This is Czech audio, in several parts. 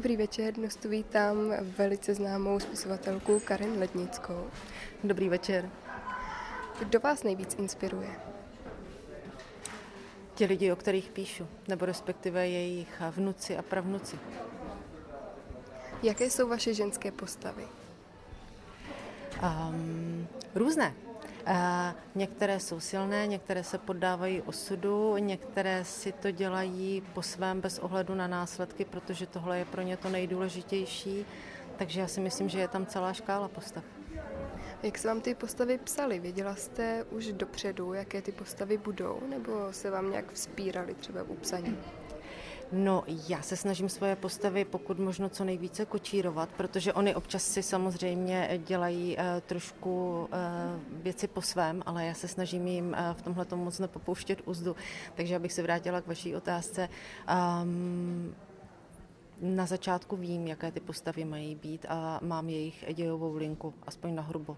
Dobrý večer, dnes tu vítám velice známou spisovatelku Karin Lednickou. Dobrý večer. Kdo vás nejvíc inspiruje? Ti lidi, o kterých píšu, nebo respektive jejich vnuci a pravnuci. Jaké jsou vaše ženské postavy? Různé. Některé jsou silné, některé se poddávají osudu, některé si to dělají po svém bez ohledu na následky, protože tohle je pro ně to nejdůležitější. Takže já si myslím, že je tam celá škála postav. Jak se vám ty postavy psaly? Věděla jste už dopředu, jaké ty postavy budou, nebo se vám nějak vzpíraly třeba u psaní? No, já se snažím svoje postavy pokud možno co nejvíce kočírovat, protože oni občas si samozřejmě dělají trošku věci po svém, ale já se snažím jim v tomhletom moc nepopouštět uzdu. Takže abych se vrátila k vaší otázce. Na začátku vím, jaké ty postavy mají být a mám jejich dějovou linku, aspoň nahrubo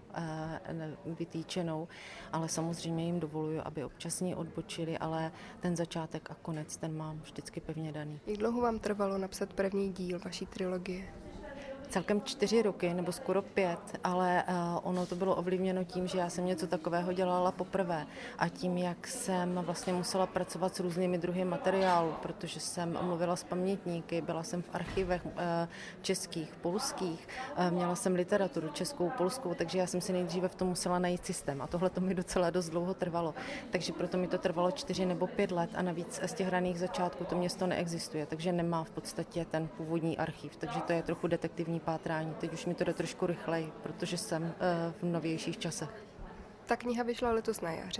vytýčenou, ale samozřejmě jim dovoluju, aby občas ní odbočili, ale ten začátek a konec, ten mám vždycky pevně daný. Jak dlouho vám trvalo napsat první díl vaší trilogie? Celkem 4 roky, nebo skoro 5, ale ono to bylo ovlivněno tím, že já jsem něco takového dělala poprvé a tím, jak jsem vlastně musela pracovat s různými druhy materiálu, protože jsem mluvila s pamětníky, byla jsem v archivech českých, polských, měla jsem literaturu českou, polskou, takže já jsem si nejdříve v tom musela najít systém a tohle to mi docela dost dlouho trvalo. Takže proto mi to trvalo 4 nebo 5 let a navíc z těch raných začátků to město neexistuje, takže nemá v podstatě ten původní archiv, takže to je trochu detektivní pátrání. Teď už mi to jde trošku rychleji, protože jsem v novějších časech. Ta kniha vyšla letos na jaře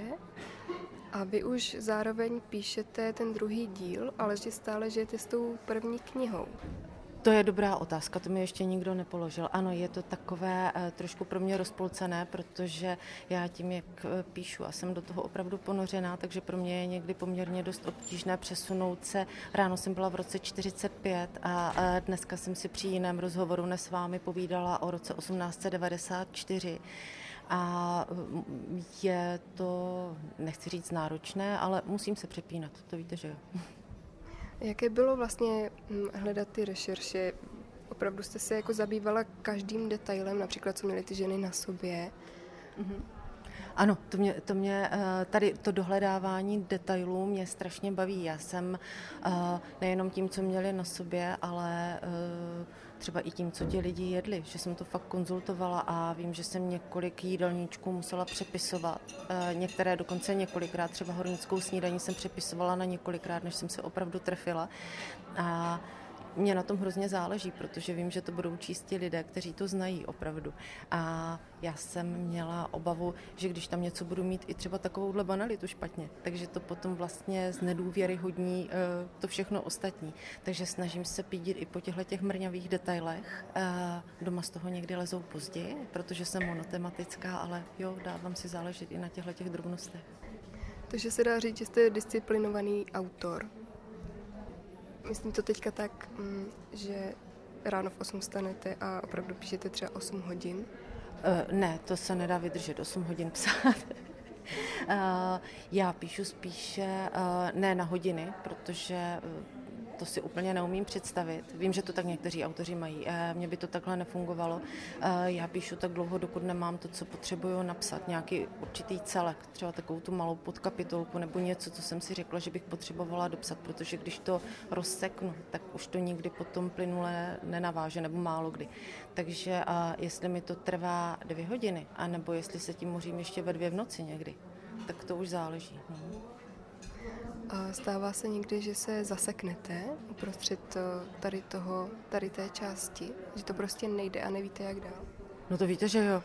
a vy už zároveň píšete ten druhý díl, ale že stále žijete s tou první knihou. To je dobrá otázka, to mi ještě nikdo nepoložil. Ano, je to takové trošku pro mě rozpolcené, protože já tím, jak píšu a jsem do toho opravdu ponořená, takže pro mě je někdy poměrně dost obtížné přesunout se. Ráno jsem byla v roce 45 a dneska jsem si při jiném rozhovoru s vámi povídala o roce 1894. A je to, nechci říct náročné, ale musím se přepínat, to víte, že jo. Jaké bylo vlastně hledat ty rešerše? Opravdu jste se jako zabývala každým detailem, například co měly ty ženy na sobě? Mm-hmm. Ano, to mě tady to dohledávání detailů mě strašně baví. Já jsem nejenom tím, co měli na sobě, ale třeba i tím, co ti lidi jedli, že jsem to fakt konzultovala a vím, že jsem několik jídelníčků musela přepisovat. Některé dokonce několikrát, třeba hornickou snídaní jsem přepisovala na několikrát, než jsem se opravdu trefila. A mně na tom hrozně záleží, protože vím, že to budou číst ti lidé, kteří to znají opravdu. A já jsem měla obavu, že když tam něco budu mít i třeba takovouhle banalitu špatně, takže to potom vlastně znedůvěryhodní to všechno ostatní. Takže snažím se pídit i po těch mrňavých detailech. Doma z toho někdy lezou později, protože jsem monotematická, ale jo, dávám si záležet i na těchto drobnostech. Takže se dá říct, že jste disciplinovaný autor. Myslím to teďka tak, že ráno v 8 stanete a opravdu píšete třeba 8 hodin? Ne, to se nedá vydržet 8 hodin psát. Já píšu spíše ne na hodiny, protože to si úplně neumím představit. Vím, že to tak někteří autoři mají. Mně by to takhle nefungovalo. Já píšu tak dlouho, dokud nemám to, co potřebuju napsat. Nějaký určitý celek, třeba takovou tu malou podkapitolku nebo něco, co jsem si řekla, že bych potřebovala dopsat, protože když to rozseknu, tak už to nikdy potom plynule nenaváže, nebo málo kdy. Takže jestli mi to trvá 2 hodiny, anebo jestli se tím mořím ještě ve 2 v noci někdy, tak to už záleží. No. A stává se někdy, že se zaseknete uprostřed tady té části, že to prostě nejde a nevíte, jak dál? No to víte, že jo.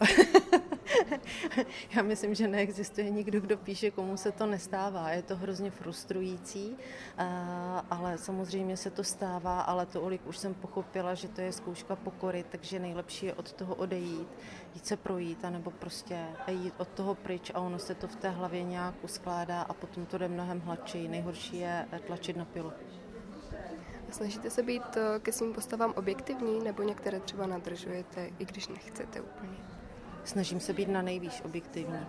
Já myslím, že neexistuje nikdo, kdo píše, komu se to nestává. Je to hrozně frustrující, ale samozřejmě se to stává, ale tolik už jsem pochopila, že to je zkouška pokory, takže nejlepší je od toho odejít, jít se projít, anebo prostě jít od toho pryč a ono se to v té hlavě nějak uskládá a potom to jde mnohem hladčeji. Nejhorší je tlačit na pilu. Snažíte se být ke svým postavám objektivní, nebo některé třeba nadržujete, i když nechcete úplně? Snažím se být na nejvýš objektivní,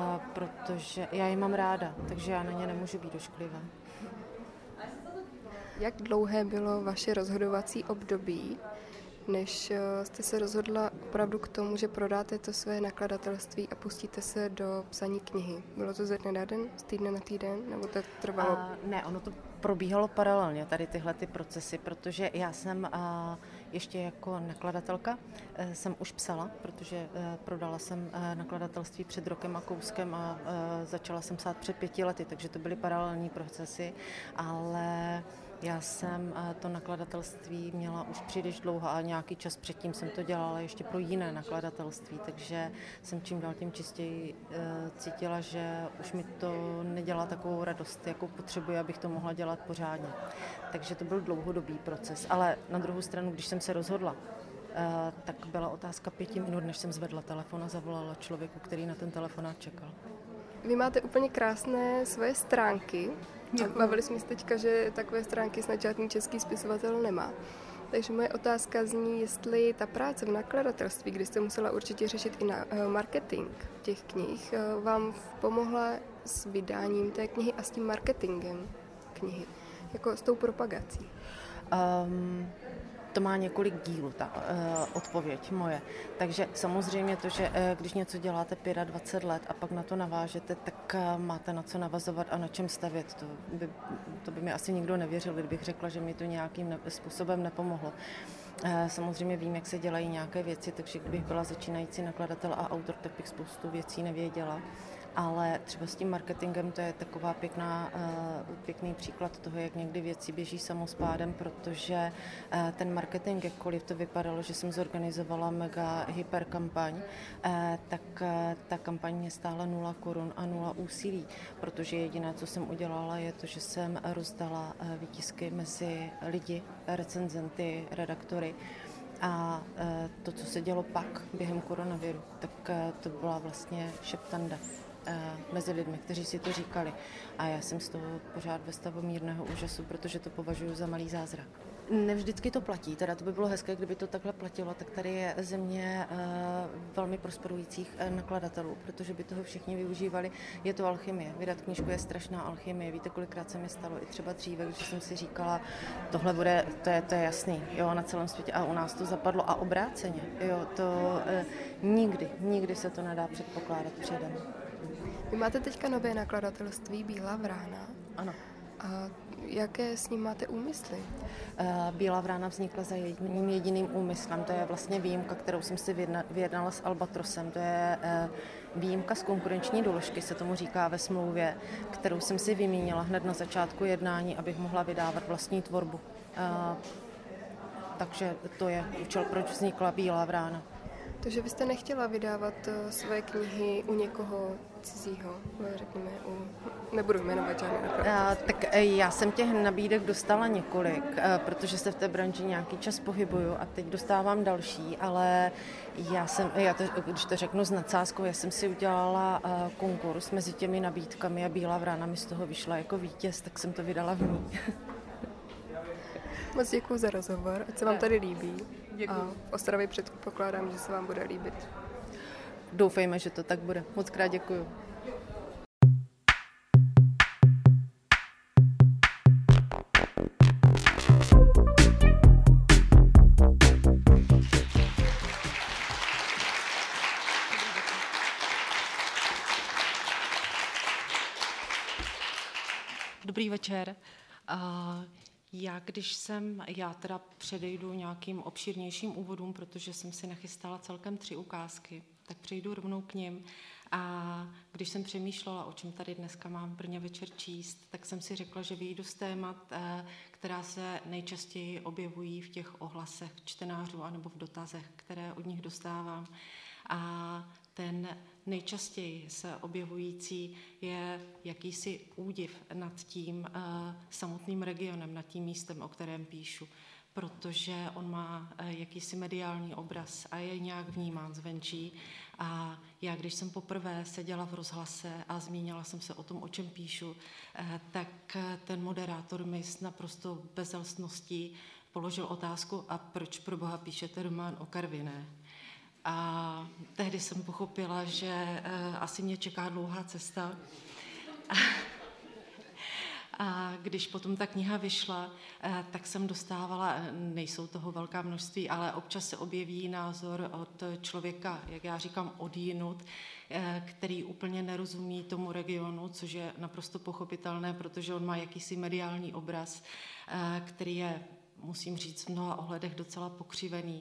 protože já je mám ráda, takže já na ně nemůžu být ošklivá. Jak dlouhé bylo vaše rozhodovací období, než jste se rozhodla opravdu k tomu, že prodáte to své nakladatelství a pustíte se do psaní knihy? Bylo to ze dne na den, z týdne na týden, nebo to trvalo? Ne, ono to probíhalo paralelně, tady tyhle ty procesy, protože já jsem ještě jako nakladatelka jsem už psala, protože prodala jsem nakladatelství před rokem a kouskem a začala jsem psát před 5 lety, takže to byly paralelní procesy, ale já jsem to nakladatelství měla už příliš dlouho a nějaký čas předtím jsem to dělala ještě pro jiné nakladatelství, takže jsem čím dál tím čistěji cítila, že už mi to nedělá takovou radost, jakou potřebuji, abych to mohla dělat pořádně. Takže to byl dlouhodobý proces, ale na druhou stranu, když jsem se rozhodla, tak byla otázka 5 minut, než jsem zvedla telefon a zavolala člověku, který na ten telefonát čekal. Vy máte úplně krásné svoje stránky. Bavili jsme se teďka, že takové stránky snad žádný český spisovatel nemá. Takže moje otázka zní, jestli ta práce v nakladatelství, kdy jste musela určitě řešit i na marketing těch knih, vám pomohla s vydáním té knihy a s tím marketingem knihy, jako s tou propagací. To má několik dílů, ta odpověď moje. Takže samozřejmě to, že když něco děláte 25 let a pak na to navážete, tak máte na co navazovat a na čem stavět. To by mi asi nikdo nevěřil, kdybych řekla, že mi to nějakým způsobem nepomohlo. Samozřejmě vím, jak se dělají nějaké věci, takže kdybych byla začínající nakladatel a autor, tak bych spoustu věcí nevěděla. Ale třeba s tím marketingem to je taková pěkný příklad toho, jak někdy věci běží samospádem, protože ten marketing, jakkoliv to vypadalo, že jsem zorganizovala mega hyperkampaň, tak ta kampaň mě stála 0 korun a 0 úsilí, protože jediné, co jsem udělala, je to, že jsem rozdala výtisky mezi lidi, recenzenty, redaktory. A to, co se dělo pak během koronaviru, tak to byla vlastně šeptanda mezi lidmi, kteří si to říkali. A já jsem z toho pořád ve stavu mírného úžasu, protože to považuji za malý zázrak. Nevždycky to platí, teda to by bylo hezké, kdyby to takhle platilo, tak tady je země velmi prosperujících nakladatelů, protože by toho všichni využívali. Je to alchymie, vydat knížku je strašná alchymie, víte, kolikrát se mi stalo i třeba dříve, když jsem si říkala, tohle bude, to je jasný, jo, na celém světě a u nás to zapadlo a obráceně, jo, to nikdy se to nedá předpokládat předem. Vy máte teďka nové nakladatelství Bílá vrána. Ano. A jaké s ním máte úmysly? Bílá vrána vznikla za jedním jediným úmyslem. To je vlastně výjimka, kterou jsem si vyjednala s Albatrosem. To je výjimka z konkurenční doložky, se tomu říká ve smlouvě, kterou jsem si vymínila hned na začátku jednání, abych mohla vydávat vlastní tvorbu. Takže to je účel, proč vznikla Bílá vrána. Takže vy jste nechtěla vydávat své knihy u někoho cizího, řekněme, nebudu jmenovat žádné nakladatelství. Tak já jsem těch nabídek dostala několik, protože se v té branži nějaký čas pohybuju a teď dostávám další, ale když to řeknu s nadsázkou, já jsem si udělala konkurs mezi těmi nabídkami a Bílá vrána mi z toho vyšla jako vítěz, tak jsem to vydala v ní. Moc děkuji za rozhovor, ať se vám tady líbí. Děkuji. A v Ostravě předpokládám, že se vám bude líbit. Doufejme, že to tak bude. Moc krát děkuji. Dobrý večer. Já teda předejdu nějakým obšírnějším úvodům, protože jsem si nachystala celkem 3 ukázky, tak přejdu rovnou k nim. A když jsem přemýšlela, o čem tady dneska mám v Brně večer číst, tak jsem si řekla, že vyjdu z témat, která se nejčastěji objevují v těch ohlasech čtenářů anebo v dotazech, které od nich dostávám. A ten nejčastěji se objevující je jakýsi údiv nad tím samotným regionem, nad tím místem, o kterém píšu, protože on má jakýsi mediální obraz a je nějak vnímán zvenčí. A já, když jsem poprvé seděla v rozhlase a zmínila jsem se o tom, o čem píšu, tak ten moderátor mi s naprosto bezelstností položil otázku, a proč pro boha píšete román o Karviné? A tehdy jsem pochopila, že asi mě čeká dlouhá cesta. A když potom ta kniha vyšla, tak jsem dostávala, nejsou toho velká množství, ale občas se objeví názor od člověka, jak já říkám, odjinud, který úplně nerozumí tomu regionu, což je naprosto pochopitelné, protože on má jakýsi mediální obraz, který je, musím říct, v mnoha ohledech docela pokřivený.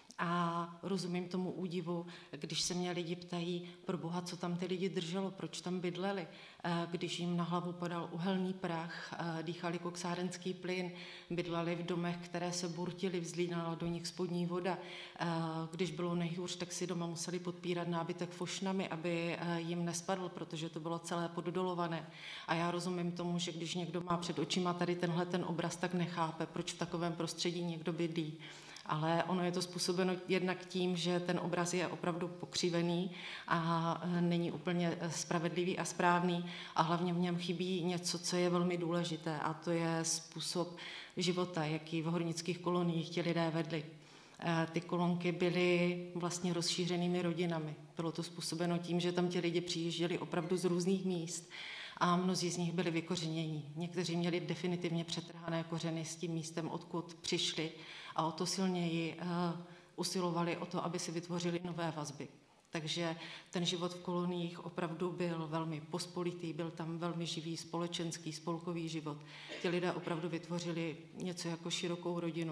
A rozumím tomu údivu, když se mě lidi ptají, pro Boha, co tam ty lidi drželo, proč tam bydleli, když jim na hlavu padal uhelný prach, dýchali koksárenský plyn, bydleli v domech, které se burtily, vzlínala do nich spodní voda. Když bylo nejhůř, tak si doma museli podpírat nábytek fošnami, aby jim nespadl, protože to bylo celé poddolované. A já rozumím tomu, že když někdo má před očima tady tenhle ten obraz, tak nechápe, proč v takovém prostředí někdo bydlí. Ale ono je to způsobeno jednak tím, že ten obraz je opravdu pokřivený a není úplně spravedlivý a správný a hlavně v něm chybí něco, co je velmi důležité, a to je způsob života, jaký v hornických koloniích ti lidé vedli. Ty kolonky byly vlastně rozšířenými rodinami. Bylo to způsobeno tím, že tam ti lidi přijížděli opravdu z různých míst a mnozí z nich byli vykořenění. Někteří měli definitivně přetrhané kořeny s tím místem, odkud přišli, a o to silněji usilovali o to, aby si vytvořili nové vazby. Takže ten život v koloniích opravdu byl velmi pospolitý, byl tam velmi živý společenský, spolkový život. Ti lidé opravdu vytvořili něco jako širokou rodinu.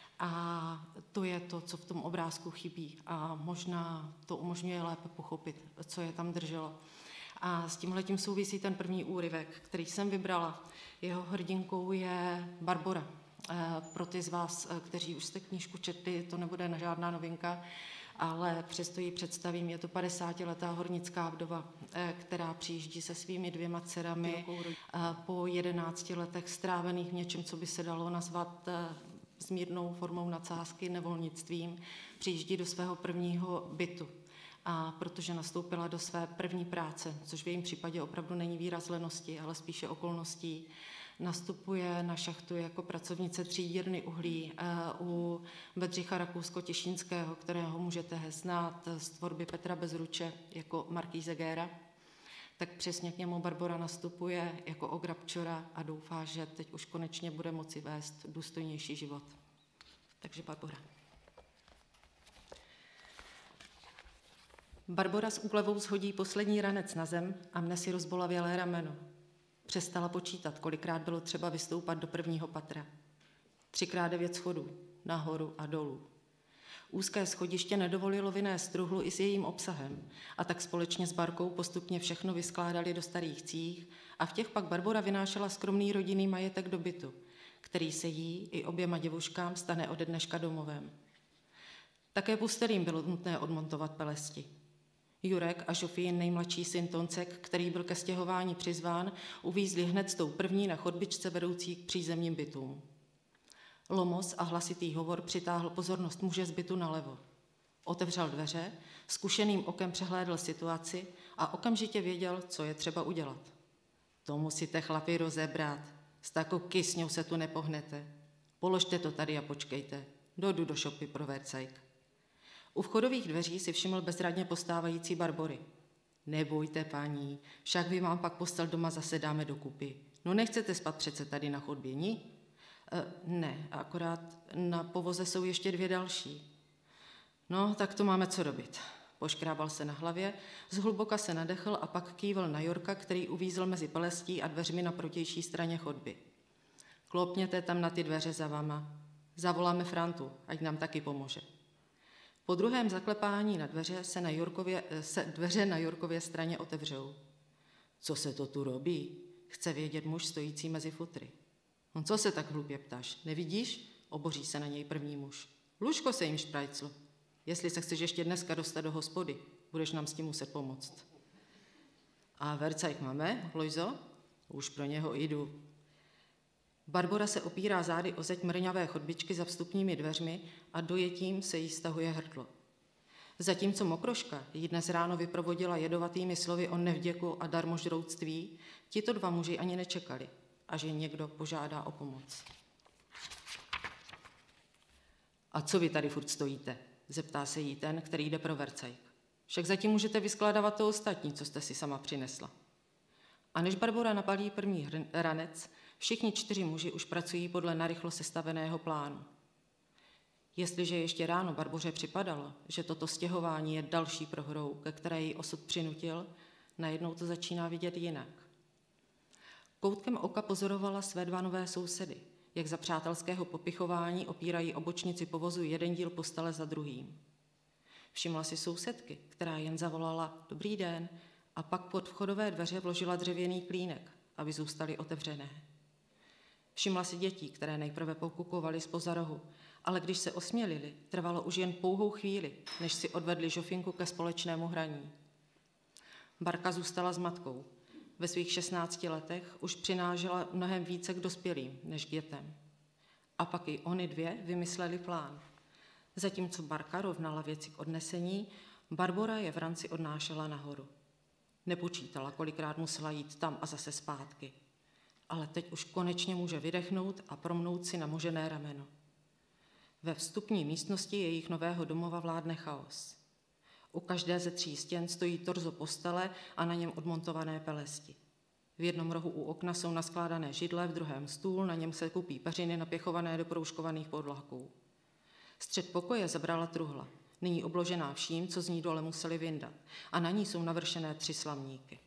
A to je to, co v tom obrázku chybí. A možná to umožňuje lépe pochopit, co je tam drželo. A s tímhletím souvisí ten první úryvek, který jsem vybrala. Jeho hrdinkou je Barbora. Pro ty z vás, kteří už jste knížku četli, to nebude žádná novinka, ale přesto ji představím. Je to 50letá hornická vdova, která přijíždí se svými 2 dcerami po 11 letech strávených v něčem, co by se dalo nazvat s mírnou formou nadsázky, nevolnictvím. Přijíždí do svého prvního bytu. A protože nastoupila do své první práce, což v jejím případě opravdu není výraz lenosti, ale spíše okolností, nastupuje na šachtu jako pracovnice třídírny uhlí u Bedřicha Rakousko-Těšínského, kterého můžete znát z tvorby Petra Bezruče jako Markýze Géra. Tak přesně k němu Barbora nastupuje jako ograbčora a doufá, že teď už konečně bude moci vést důstojnější život. Takže Barbora. Barbora s úlevou shodí poslední ranec na zem a mne si rozbolavělé rameno. Přestala počítat, kolikrát bylo třeba vystoupat do prvního patra. 3x9 schodů, nahoru a dolů. Úzké schodiště nedovolilo vynést truhlu i s jejím obsahem a tak společně s Barkou postupně všechno vyskládali do starých cích a v těch pak Barbora vynášela skromný rodinný majetek do bytu, který se jí i oběma děvuškám stane ode dneška domovem. Také pustelím bylo nutné odmontovat pelesti. Jurek a Žofín, nejmladší syn Toncek, který byl ke stěhování přizván, uvízli hned s tou první na chodbičce vedoucí k přízemním bytům. Lomos a hlasitý hovor přitáhl pozornost muže z bytu nalevo. Otevřel dveře, zkušeným okem přehlédl situaci a okamžitě věděl, co je třeba udělat. To musíte, chlapi, rozebrat. S takovou kysňou se tu nepohnete. Položte to tady a počkejte. Jdu do šopy pro vercajk. U vchodových dveří si všiml bezradně postávající Barbory. Nebojte, paní, však vy vám pak postel doma zase dáme dokupy. No nechcete spát přece tady na chodbě, ní? Ne, akorát na povoze jsou ještě 2 další. No, tak to máme co robit. Poškrábal se na hlavě, zhluboka se nadechl a pak kývl na Jorka, který uvízl mezi pelestí a dveřmi na protější straně chodby. Klopněte tam na ty dveře za vama. Zavoláme Frantu, ať nám taky pomůže. Po druhém zaklepání na dveře se dveře na Jurkově straně otevřou. Co se to tu robí? Chce vědět muž stojící mezi futry. On co se tak hlupě ptáš? Nevidíš? Oboří se na něj první muž. Lužko se jim šprajclo. Jestli se chceš ještě dneska dostat do hospody, budeš nám s tím muset pomoct. A vercajk máme, Lojzo? Už pro něho jdu. Barbora se opírá zády o zeď mrňavé chodbičky za vstupními dveřmi a dojetím se jí stahuje hrdlo. Zatímco Mokroška jí dnes ráno vyprovodila jedovatými slovy o nevděku a darmožrouctví, tito 2 muži ani nečekali, až je někdo požádá o pomoc. A co vy tady furt stojíte? Zeptá se jí ten, který jde pro vercajk. Však zatím můžete vyskládávat to ostatní, co jste si sama přinesla. A než Barbora nabalí první ranec, všichni 4 muži už pracují podle narychlo sestaveného plánu. Jestliže ještě ráno Barboře připadalo, že toto stěhování je další prohrou, ke které ji osud přinutil, najednou to začíná vidět jinak. Koutkem oka pozorovala své 2 nové sousedy, jak za přátelského popichování opírají o bočnici povozu jeden díl postele za druhým. Všimla si sousedky, která jen zavolala dobrý den a pak pod vchodové dveře vložila dřevěný klínek, aby zůstaly otevřené. Všimla si dětí, které nejprve pokukovaly zpoza rohu, ale když se osmělili, trvalo už jen pouhou chvíli, než si odvedli Žofinku ke společnému hraní. Barka zůstala s matkou. Ve svých 16 letech už přinážela mnohem více k dospělým než k dětem. A pak i oni 2 vymysleli plán. Zatímco Barka rovnala věci k odnesení, Barbora je v ranci odnášela nahoru. Nepočítala, kolikrát musela jít tam a zase zpátky. Ale teď už konečně může vydechnout a promnout si namožené rameno. Ve vstupní místnosti jejich nového domova vládne chaos. U každé ze 3 stěn stojí torzo postele a na něm odmontované pelesti. V jednom rohu u okna jsou naskládané židle, v druhém stůl, na něm se kupí peřiny napěchované do proužkovaných podlahků. Střed pokoje zabrala truhla, nyní obložená vším, co z ní dole museli vyndat, a na ní jsou navršené 3 slamníky.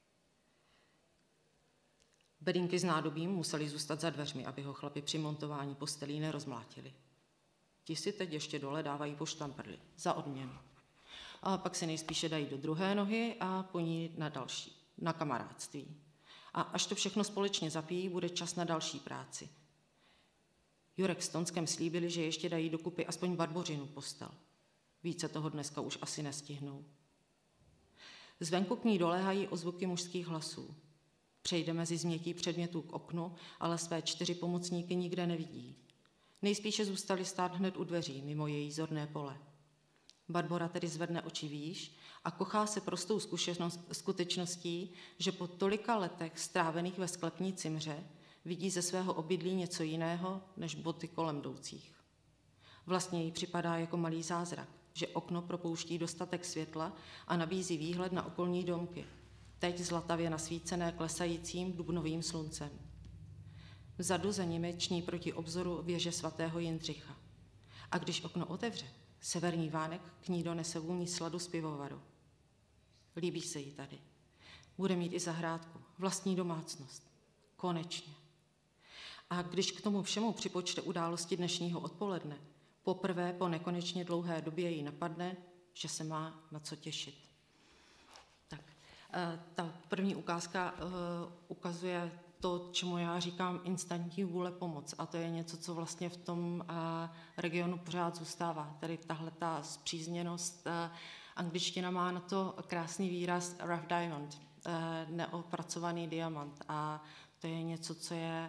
Bedínky s nádobím museli zůstat za dveřmi, aby ho chlapi při montování postelí nerozmlátili. Ti si teď ještě dole dávají po štamprli za odměnu. A pak si nejspíše dají do druhé nohy a po ní na další, na kamarádství. A až to všechno společně zapijí, bude čas na další práci. Jurek s Tonskem slíbili, že ještě dají dokupy aspoň Barbořinu postel. Více toho dneska už asi nestihnou. Zvenku k ní doléhají ozvuky mužských hlasů. Přejde mezi změtí předmětů k oknu, ale své 4 pomocníky nikde nevidí. Nejspíše zůstali stát hned u dveří, mimo její zorné pole. Barbora tedy zvedne oči výš a kochá se prostou skutečností, že po tolika letech strávených ve sklepní cimře vidí ze svého obydlí něco jiného než boty kolem jdoucích. Vlastně jí připadá jako malý zázrak, že okno propouští dostatek světla a nabízí výhled na okolní domky, teď zlatavě nasvícené klesajícím dubnovým sluncem. Vzadu za nimi ční proti obzoru věže svatého Jindřicha. A když okno otevře, severní vánek k ní donese vůni sladu z pivovaru. Líbí se jí tady. Bude mít i zahrádku, vlastní domácnost. Konečně. A když k tomu všemu připočte události dnešního odpoledne, poprvé po nekonečně dlouhé době jí napadne, že se má na co těšit. Tak, ta první ukázka ukazuje to, čemu já říkám instantní vůle pomoct. A to je něco, co vlastně v tom regionu pořád zůstává. Tady tahle ta spřízněnost. Angličtina má na to krásný výraz rough diamond, neopracovaný diamant. A to je něco, co je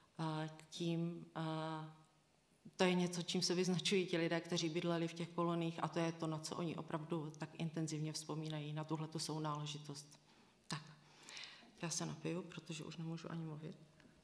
to je něco, čím se vyznačují ti lidé, kteří bydleli v těch koloních, a to je to, na co oni opravdu tak intenzivně vzpomínají, na tuhletu sounáležitost. Tak, já se napiju, protože už nemůžu ani mluvit.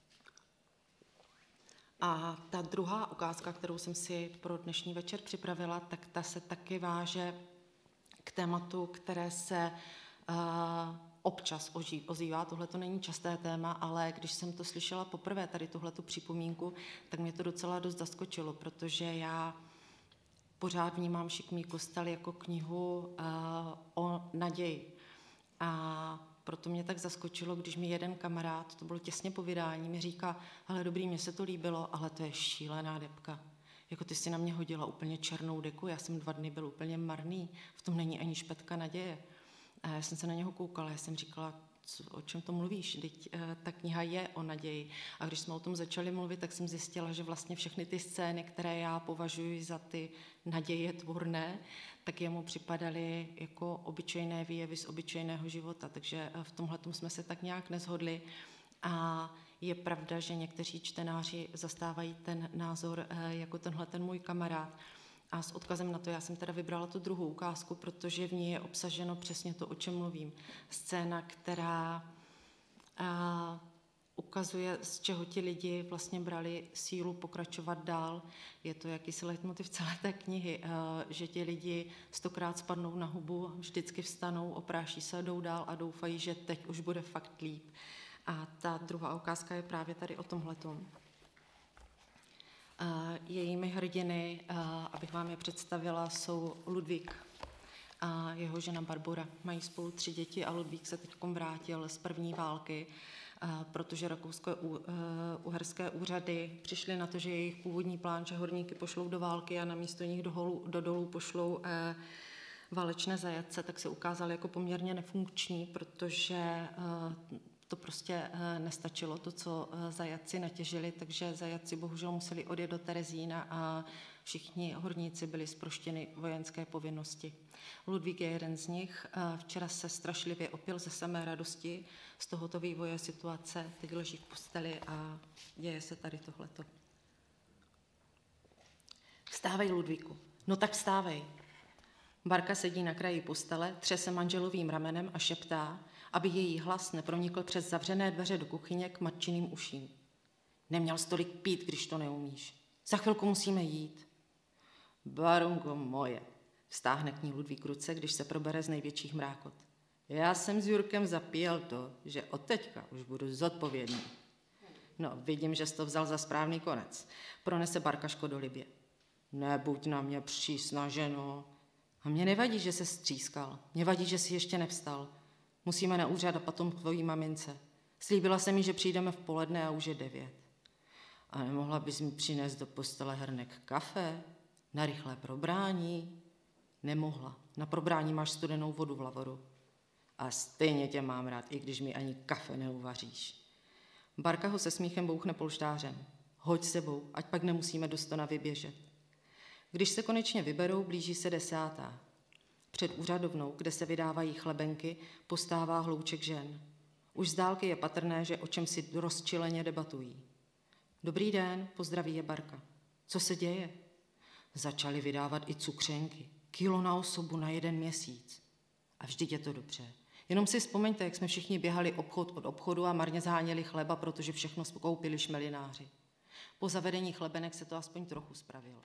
A ta druhá ukázka, kterou jsem si pro dnešní večer připravila, tak ta se taky váže k tématu, které se občas ozývá. Tohle to není časté téma, ale když jsem to slyšela poprvé, tady tuhletu připomínku, tak mě to docela dost zaskočilo, protože já pořád vnímám Šikmý kostel jako knihu o naději. A proto mě tak zaskočilo, když mi jeden kamarád, to bylo těsně po vydání, mi říká, hele dobrý, mně se to líbilo, ale to je šílená debka. Jako ty si na mě hodila úplně černou deku, já jsem 2 dny byl úplně marný, v tom není ani špetka naděje. A já jsem se na něho koukala, já jsem říkala, o čem to mluvíš, teď ta kniha je o naději. A když jsme o tom začali mluvit, tak jsem zjistila, že vlastně všechny ty scény, které já považuji za ty naděje tvorné, tak jemu připadaly jako obyčejné výjevy z obyčejného života. Takže v tomhletom jsme se tak nějak neshodli. A je pravda, že někteří čtenáři zastávají ten názor jako tenhle ten můj kamarád. A s odkazem na to já jsem teda vybrala tu druhou ukázku, protože v ní je obsaženo přesně to, o čem mluvím. Scéna, která ukazuje, z čeho ti lidi vlastně brali sílu pokračovat dál. Je to jakýsi leitmotiv celé té knihy, že ti lidi 100krát spadnou na hubu, vždycky vstanou, opráší se, jdou dál a doufají, že teď už bude fakt líp. A ta druhá ukázka je právě tady o tomhletom. Jejími hrdiny, abych vám je představila, jsou Ludvík a jeho žena Barbora. Mají spolu 3 děti a Ludvík se teď vrátil z první války, protože rakousko-uherské úřady přišly na to, že jejich původní plán, že horníky pošlou do války a namísto nich do dolů pošlou válečné zajatce, tak se ukázal jako poměrně nefunkční, protože to prostě nestačilo, to, co zajatci natěžili, takže zajatci bohužel museli odjet do Terezína a všichni horníci byli zproštěni vojenské povinnosti. Ludvík je jeden z nich. Včera se strašlivě opil ze samé radosti z tohoto vývoje situace. Teď leží v posteli a děje se tady tohleto. Vstávej, Ludvíku. No tak vstávej. Barka sedí na kraji postele, třese se manželovým ramenem a šeptá, aby její hlas nepronikl přes zavřené dveře do kuchyně k matčiným uším. Neměl jsi tolik pít, když to neumíš. Za chvilku musíme jít. Baronko moje, vztáhne k ní Ludvík ruce, když se probere z největších mrákot. Já jsem s Jurkem zapíjel to, že od teďka už budu zodpovědný. No, vidím, že jsi to vzal za správný konec. Pronese Barka škodolibě. Nebuď na mě přísná, ženo. A mě nevadí, že se střískal. Mě vadí, že jsi ještě nevstal. Musíme na úřad a potom k tvojí mamince. Slíbila jsem jí, že přijdeme v poledne a už je 9. A nemohla bys mi přinést do postele hrnek kafe? Na rychlé probrání? Nemohla. Na probrání máš studenou vodu v lavoru. A stejně tě mám rád, i když mi ani kafe neuvaříš. Barka ho se smíchem bouchne polštářem. Hoď sebou, ať pak nemusíme do stona vyběžet. Když se konečně vyberou, blíží se 10. Před úřadovnou, kde se vydávají chlebenky, postává hlouček žen. Už z dálky je patrné, že o čem si rozčileně debatují. Dobrý den, pozdraví je Barka. Co se děje? Začali vydávat i cukřenky. Kilo na osobu na 1 měsíc. A vždyť je to dobře. Jenom si vzpomeňte, jak jsme všichni běhali obchod od obchodu a marně zháněli chleba, protože všechno koupili šmelináři. Po zavedení chlebenek se to aspoň trochu spravilo.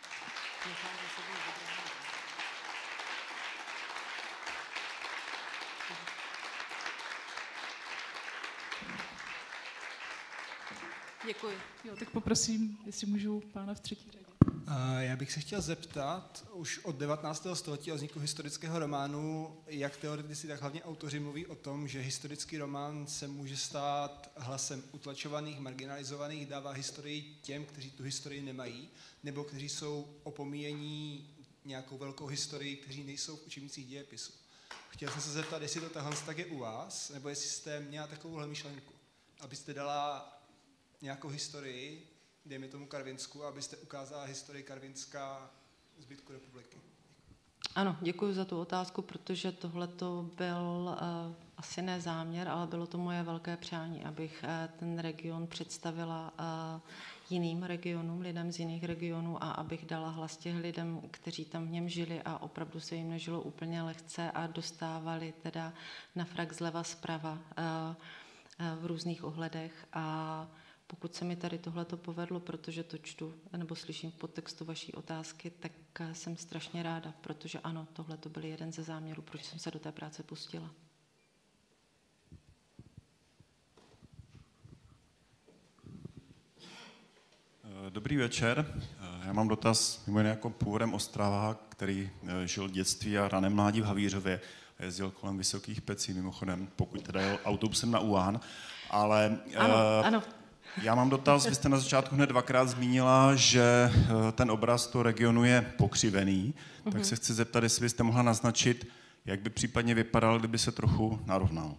Děkuji. Jo, tak poprosím, jestli můžu pána v 3. řadě. Já bych se chtěl zeptat, už od 19. století o vzniku historického románu, jak teoretici, tak hlavně autoři mluví o tom, že historický román se může stát hlasem utlačovaných, marginalizovaných, dává historii těm, kteří tu historii nemají, nebo kteří jsou opomíjení nějakou velkou historii, kteří nejsou v učebnicích dějepisu. Chtěl jsem se zeptat, jestli to tahle tak je u vás, nebo jestli jste měla takovouhle myšlenku, abyste dala nějakou historii, dejme tomu Karvinsku, abyste ukázala historii Karvinska zbytku republiky. Ano, děkuji za tu otázku, protože tohleto byl asi ne záměr, ale bylo to moje velké přání, abych ten region představila jiným regionům, lidem z jiných regionů a abych dala hlas těch lidem, kteří tam v něm žili a opravdu se jim nežilo úplně lehce a dostávali teda na frak zleva zprava v různých ohledech. A pokud se mi tady tohleto povedlo, protože to čtu nebo slyším v podtextu vaší otázky, tak jsem strašně ráda, protože ano, tohleto byl jeden ze záměrů, proč jsem se do té práce pustila. Dobrý večer. Já mám dotaz mimo jiné jako původem Ostrava, který žil dětství a rané mládí v Havířově a jezdil kolem Vysokých Pecí, mimochodem, pokud teda jel autobusem na Uán, ale ano. Já mám dotaz, vy jste na začátku hned 2krát zmínila, že ten obraz toho regionu je pokřivený, tak se chci zeptat, jestli byste mohla naznačit, jak by případně vypadal, kdyby se trochu narovnal.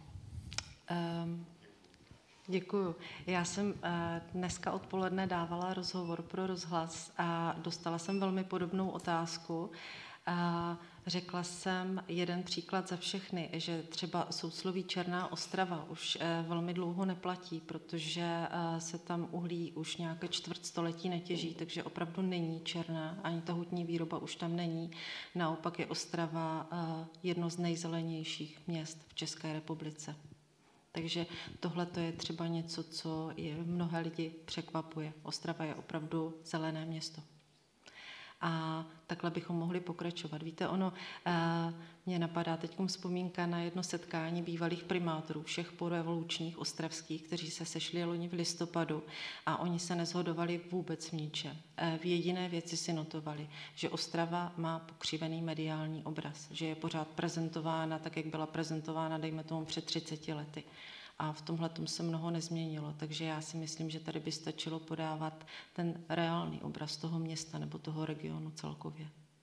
Děkuju. Já jsem dneska odpoledne dávala rozhovor pro rozhlas a dostala jsem velmi podobnou otázku. Řekla jsem jeden příklad za všechny, že třeba sousloví Černá Ostrava už velmi dlouho neplatí, protože se tam uhlí už nějaké čtvrtstoletí netěží, takže opravdu není černá, ani ta hutní výroba už tam není. Naopak je Ostrava jedno z nejzelenějších měst v České republice. Takže tohle to je třeba něco, co je mnohé lidi překvapuje. Ostrava je opravdu zelené město. A takhle bychom mohli pokračovat. Víte, mě napadá teď vzpomínka na jedno setkání bývalých primátorů všech porevolučních ostravských, kteří se sešli loni v listopadu a oni se neshodovali vůbec v ničem. V jediné věci si notovali, že Ostrava má pokřivený mediální obraz, že je pořád prezentována tak, jak byla prezentována, dejme tomu, před 30 lety. A v tomhle se mnoho nezměnilo, takže já si myslím, že tady by stačilo podávat ten reálný obraz toho města nebo toho regionu celkově.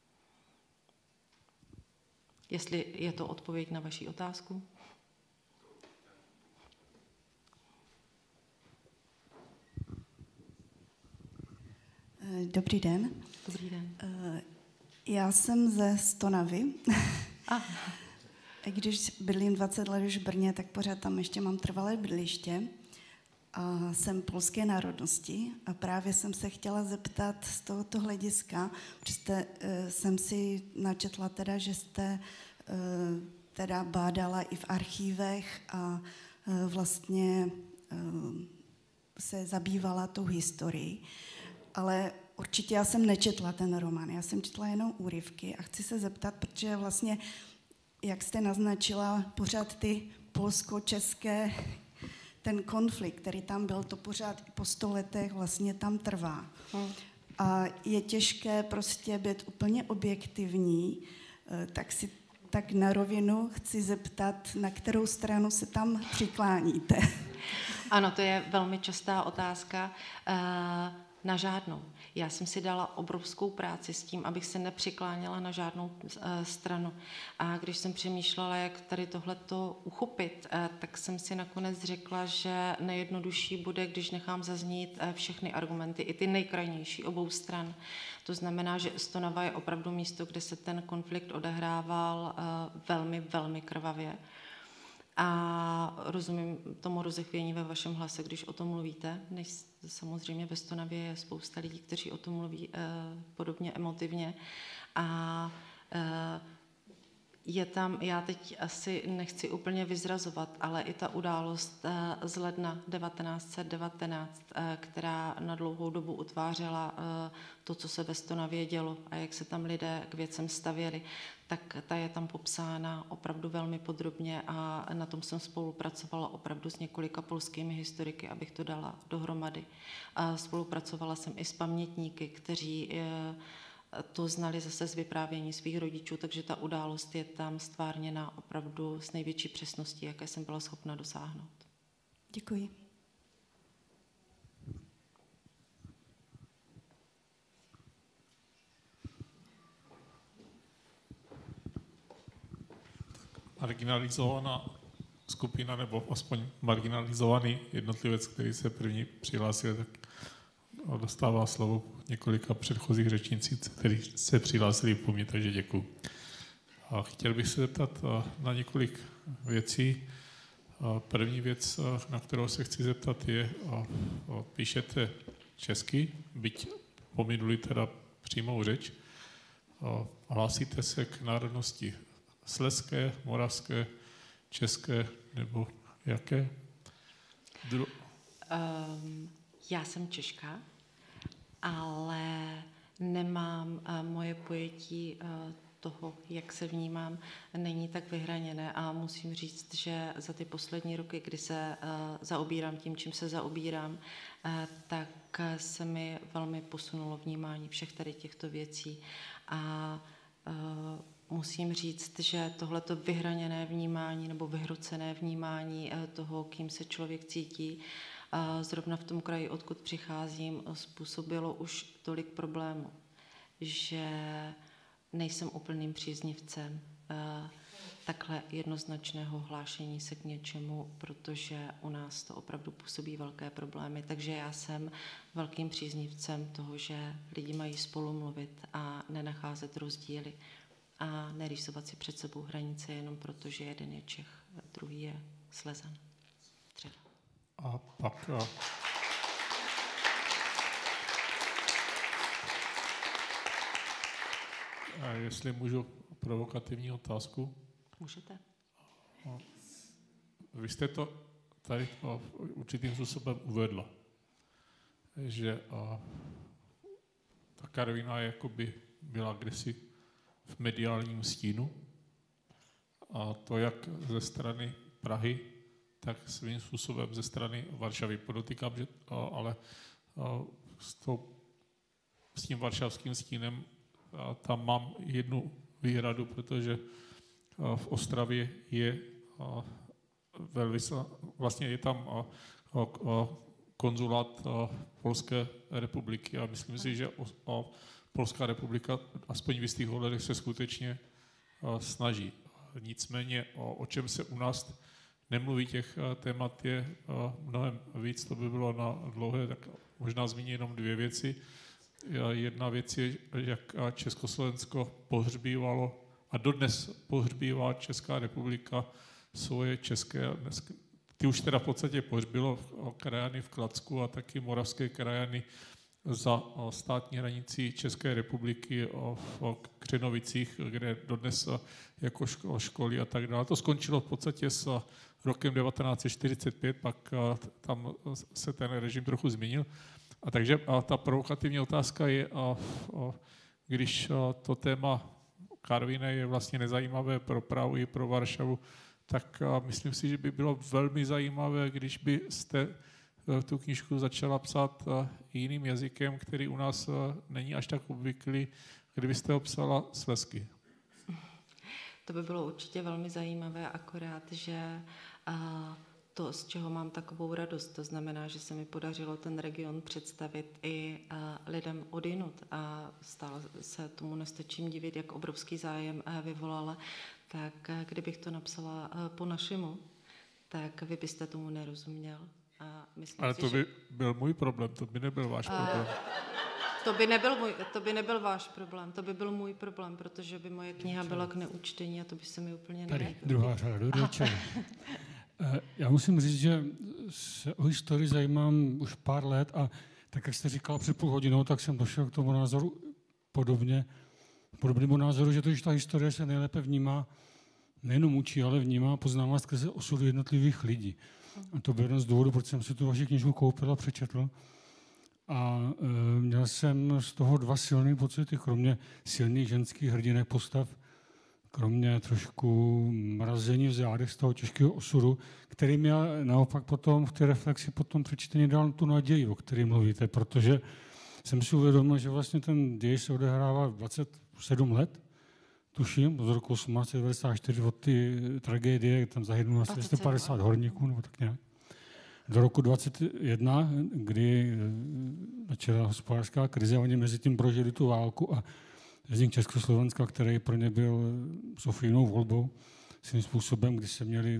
Jestli je to odpověď na vaši otázku? Dobrý den. Dobrý den. Já jsem ze Stonavy. Když bydlím 20 let už v Brně, tak pořád tam ještě mám trvalé bydliště a jsem polské národnosti a právě jsem se chtěla zeptat z tohoto hlediska, protože jsem si načetla teda, že jste teda bádala i v archívech a vlastně se zabývala tou historií, ale určitě já jsem nečetla ten román, já jsem četla jenom úryvky a chci se zeptat, protože vlastně jak jste naznačila, pořád ty polsko-české, ten konflikt, který tam byl, to pořád i po 100 letech vlastně tam trvá. A je těžké prostě být úplně objektivní, tak na rovinu chci zeptat, na kterou stranu se tam přikláníte. Ano, to je velmi častá otázka. Na žádnou. Já jsem si dala obrovskou práci s tím, abych se nepřikláněla na žádnou stranu. A když jsem přemýšlela, jak tady tohleto uchopit, tak jsem si nakonec řekla, že nejjednodušší bude, když nechám zaznít všechny argumenty, i ty nejkrajnější obou stran. To znamená, že Stonava je opravdu místo, kde se ten konflikt odehrával velmi, velmi krvavě. A rozumím tomu rozechvění ve vašem hlase, když o tom mluvíte. Samozřejmě ve Stonavě je spousta lidí, kteří o tom mluví podobně emotivně. A je tam, já teď asi nechci úplně vyzrazovat, ale i ta událost z ledna 1919, která na dlouhou dobu utvářela to, co se ve Stonavě dělo a jak se tam lidé k věcem stavěli, tak ta je tam popsána opravdu velmi podrobně a na tom jsem spolupracovala opravdu s několika polskými historiky, abych to dala dohromady. A spolupracovala jsem i s pamětníky, kteří to znali zase z vyprávění svých rodičů, takže ta událost je tam stvárněna opravdu s největší přesností, jaké jsem byla schopna dosáhnout. Děkuji. Marginalizovaná skupina, nebo aspoň marginalizovaný jednotlivec, který se první přihlásil, tak dostává slovo několika předchozích řečnící, kteří se přihlásili po mně, takže děkuji. A chtěl bych se zeptat na několik věcí. První věc, na kterou se chci zeptat, je, píšete česky, byť pominuli teda přímou řeč, hlásíte se k národnosti slezské, moravské, české nebo jaké? Já jsem Češka, ale nemám moje pojetí toho, jak se vnímám, není tak vyhraněné a musím říct, že za ty poslední roky, kdy se zaobírám tím, čím se zaobírám, tak se mi velmi posunulo vnímání všech tady těchto věcí a musím říct, že tohleto vyhraněné vnímání nebo vyhrocené vnímání toho, kým se člověk cítí, zrovna v tom kraji, odkud přicházím, způsobilo už tolik problémů, že nejsem úplným příznivcem takhle jednoznačného hlášení se k něčemu, protože u nás to opravdu působí velké problémy. Takže já jsem velkým příznivcem toho, že lidi mají spolu mluvit a nenacházet rozdíly a nerýsovat si před sebou hranice jenom proto, že jeden je Čech, druhý je Slezan. Třeba. A pak jestli můžu provokativní otázku. Můžete. Vy jste to tady určitým způsobem uvedla, že ta Karviná jakoby byla kdysi v mediálním stínu a to jak ze strany Prahy, tak svým způsobem ze strany Varšavy. Podotýkám, že ale s tím varšavským stínem tam mám jednu výhradu, protože v Ostravě je vlastně je tam konzulát Polské republiky a myslím si, že Polská republika aspoň v jistých ohledech se skutečně snaží. Nicméně o čem se u nás nemluví, těch témat je mnohem víc, to by bylo na dlouhé, tak možná zmíním jenom dvě věci. Jedna věc je, jak Československo pohřbívalo a dodnes pohřbívá Česká republika svoje české, ty už teda v podstatě pohřbilo krajany v Kladsku a taky moravské krajany za státní hranicí České republiky v Křenovicích, kde dodnes jako školy a tak dále. To skončilo v podstatě s rokem 1945, pak tam se ten režim trochu změnil. A takže ta provokativní otázka je, když to téma Karviné je vlastně nezajímavé pro Prahu i pro Varšavu, tak myslím si, že by bylo velmi zajímavé, když byste tu knížku začala psát jiným jazykem, který u nás není až tak obvyklý, kdybyste ho psala slezsky. To by bylo určitě velmi zajímavé, akorát, že to, z čeho mám takovou radost, to znamená, že se mi podařilo ten region představit i lidem odjinud a stále se tomu nestačím divit, jak obrovský zájem vyvolala, tak kdybych to napsala po našemu, tak vy byste tomu nerozuměl. Ale to by byl můj problém, to by nebyl váš problém. To by nebyl váš problém, to by byl můj problém, protože by moje kniha byla k neučtení a to by se mi úplně nelíbilo. Tady druhá řada, dobrý večer. Já musím říct, že se o historii zajímám už pár let a tak, jak jste říkala před půl hodinou, tak jsem došel k tomu názoru podobnému názoru, že ta historie se nejlépe vnímá, nejenom učí, ale vnímá a poznává skrze osudu jednotlivých lidí. A to byl jeden z důvodů, proč jsem si tu vaši knížku koupil a přečetl. A měl jsem z toho dva silné pocity, kromě silných ženských hrdinek postav, kromě trošku mrazení v zádech z toho těžkého osudu, který mě naopak potom v té reflexi potom přečtení dal tu naději, o které mluvíte, protože jsem si uvědomil, že vlastně ten děj se odehrává 27 let, tuším, od roku 1894 od ty tragédie, tam zahynulo asi 150 horníků, nebo tak nějak. Do roku 21, kdy začala hospodářská krize, oni mezi tím prožili tu válku a vznik Československa, který pro ně byl Sofijnou volbou, svým způsobem, kdy se měli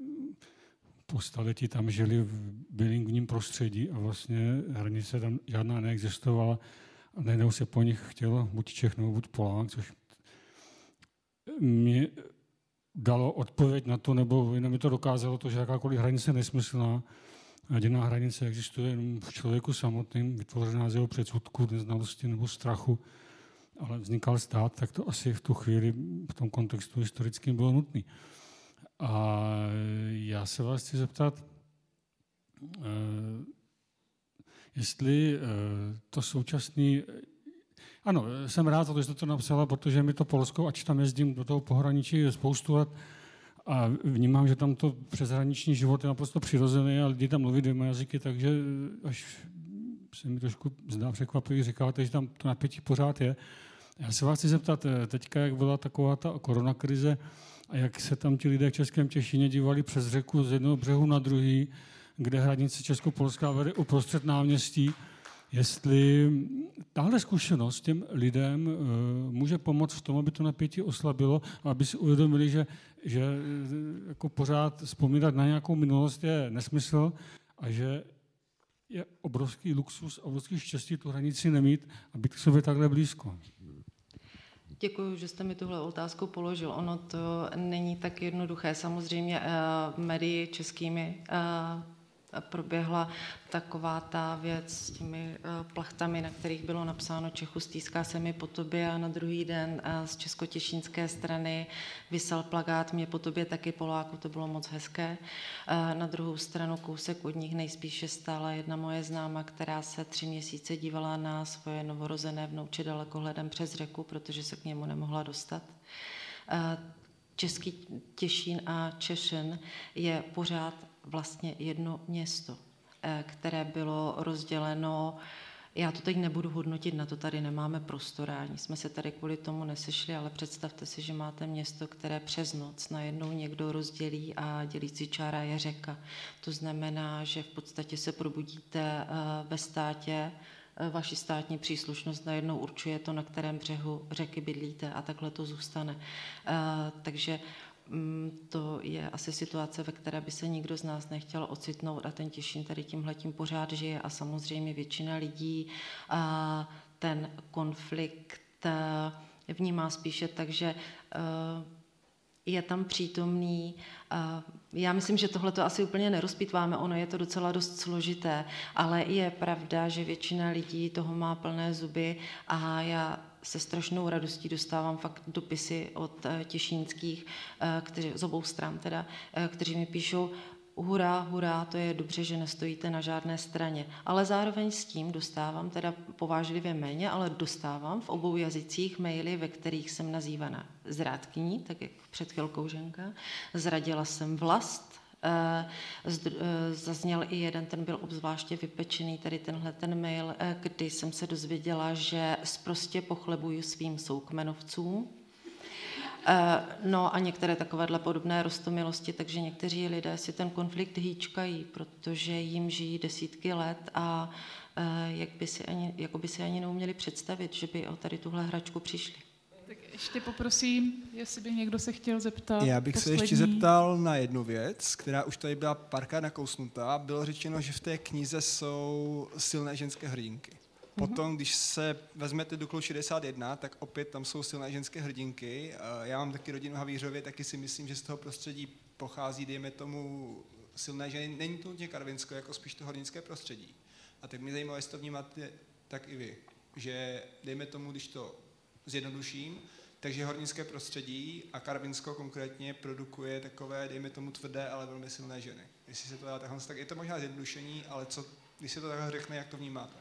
po staletí tam žili v bilingvním prostředí a vlastně hranice tam žádná neexistovala a najednou se po nich chtělo buď Čech nebo buď Polák, což mi dalo odpověď na to, nebo jenom mi to dokázalo to, že jakákoliv hranice je nesmyslná. Jediná hranice existuje jenom v člověku samotným, vytvořená z jeho předsudku, neznalosti nebo strachu, ale vznikal stát, tak to asi v tu chvíli v tom kontextu historickým bylo nutné. A já se vás chci zeptat, jestli to současný... Ano, jsem rád za to, že jste to napsala, protože mi to Polsko, ač tam jezdím do toho pohraničí spoustu let a vnímám, že tam to přeshraniční život je naprosto přirozený a lidi tam mluví dvěma jazyky, takže až se mi trošku zdá překvapivý, říkáte, že tam to napětí pořád je. Já se vás chci zeptat, teďka, jak byla taková ta koronakrize a jak se tam ti lidé v Českém Těšíně dívali přes řeku z jednoho břehu na druhý, kde hranice Česko-Polská vede uprostřed náměstí, jestli tahle zkušenost těm lidem může pomoct v tom, aby to napětí oslabilo a aby si uvědomili, že jako pořád vzpomínat na nějakou minulost je nesmysl a že je obrovský luxus, obrovský štěstí tu hranici nemít a být k sobě takhle blízko. Děkuji, že jste mi tuhle otázku položil. Ono to není tak jednoduché. Samozřejmě médii českými proběhla taková ta věc s těmi plachtami, na kterých bylo napsáno Čechu stýská se mi po tobě, a na druhý den z českotěšínské strany visel plakát Mě po tobě taky Poláku, to bylo moc hezké. Na druhou stranu kousek od nich nejspíše stála jedna moje známa, která se 3 měsíce dívala na svoje novorozené vnouče dalekohledem přes řeku, protože se k němu nemohla dostat. Český Těšín a Češin je pořád vlastně jedno město, které bylo rozděleno. Já to teď nebudu hodnotit, na to tady nemáme prostor, ani jsme se tady kvůli tomu nesešli, ale představte si, že máte město, které přes noc najednou někdo rozdělí a dělící čára je řeka. To znamená, že v podstatě se probudíte ve státě, vaši státní příslušnost najednou určuje to, na kterém břehu řeky bydlíte, a takhle to zůstane. Takže to je asi situace, ve které by se nikdo z nás nechtěl ocitnout, a ten Těšín tady tímhletím pořád žije a samozřejmě většina lidí ten konflikt vnímá spíše tak, že je tam přítomný. Já myslím, že tohle to asi úplně nerozpitváme, ono je to docela dost složité, ale je pravda, že většina lidí toho má plné zuby a já se strašnou radostí dostávám fakt dopisy od těšínských, z obou stran teda, kteří mi píšou: hurá, hurá, to je dobře, že nestojíte na žádné straně. Ale zároveň s tím dostávám, teda povážlivě méně, ale dostávám v obou jazycích maily, ve kterých jsem nazývaná zrádkyní, tak jak před chvilkou Ženka. Zradila jsem vlast. Zazněl i jeden, ten byl obzvláště vypečený, tady tenhle ten mail, kdy jsem se dozvěděla, že sprostě pochlebuju svým soukmenovcům. No a některé takovéhle podobné roztomilosti, takže někteří lidé si ten konflikt hýčkají, protože jim žijí desítky let a jako by si ani neuměli představit, že by o tady tuhle hračku přišli. Tak ještě poprosím, jestli by někdo se chtěl zeptat. Já bych se ještě zeptal na jednu věc, která už tady byla párkrát nakousnutá. Bylo řečeno, že v té knize jsou silné ženské hrdinky. Potom, když se vezmete do Klub 61, tak opět tam jsou silné ženské hrdinky. Já mám taky rodinu v Havířově, taky si myslím, že z toho prostředí pochází, dejme tomu, silné ženy. Není to nutně Karvinsko, jako spíš to hornické prostředí. A tak mě zajímalo, jestli to vnímáte tak i vy. Že, dejme tomu, když to zjednoduším, takže hornické prostředí a Karvinsko konkrétně produkuje takové, dejme tomu, tvrdé, ale velmi silné ženy. Jestli se to dá takhle, tak je to možná zjednodušení, ale co, když se to takhle řekne, jak to vnímáte?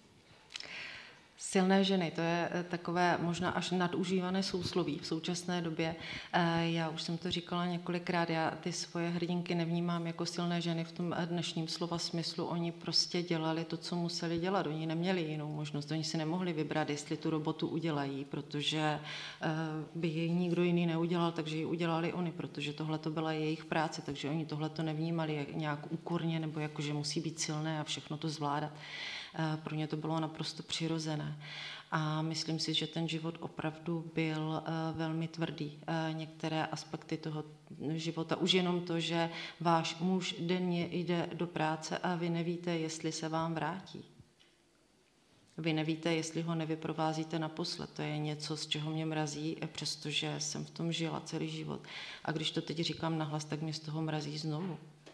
Silné ženy, to je takové možná až nadužívané sousloví v současné době. Já už jsem to říkala několikrát, já ty svoje hrdinky nevnímám jako silné ženy v tom dnešním slova smyslu. Oni prostě dělali to, co museli dělat. Oni neměli jinou možnost, oni si nemohli vybrat, jestli tu robotu udělají, protože by ji nikdo jiný neudělal, takže ji udělali oni, protože tohle to byla jejich práce, takže oni tohle to nevnímali nějak úkorně nebo jako, že musí být silné a všechno to zvládat. Pro ně to bylo naprosto přirozené. A myslím si, že ten život opravdu byl velmi tvrdý. Některé aspekty toho života, už jenom to, že váš muž denně jde do práce a vy nevíte, jestli se vám vrátí. Vy nevíte, jestli ho nevyprovázíte naposled. To je něco, z čeho mě mrazí, přestože jsem v tom žila celý život. A když to teď říkám nahlas, tak mě z toho mrazí znovu.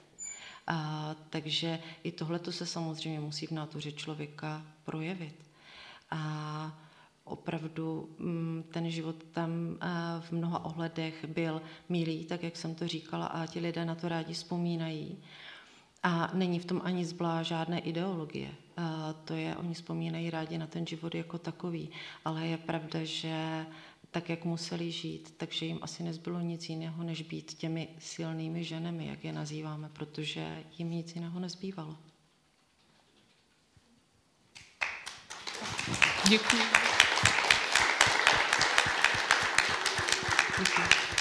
Takže i tohleto se samozřejmě musí v nátuře člověka projevit. A opravdu ten život tam v mnoha ohledech byl milý, tak jak jsem to říkala, a ti lidé na to rádi vzpomínají. A není v tom ani zvlášť žádné ideologie. To je, oni vzpomínají rádi na ten život jako takový. Ale je pravda, že tak, jak museli žít, takže jim asi nezbylo nic jiného, než být těmi silnými ženami, jak je nazýváme, protože jim nic jiného nezbývalo. Děkuji. Děkuji.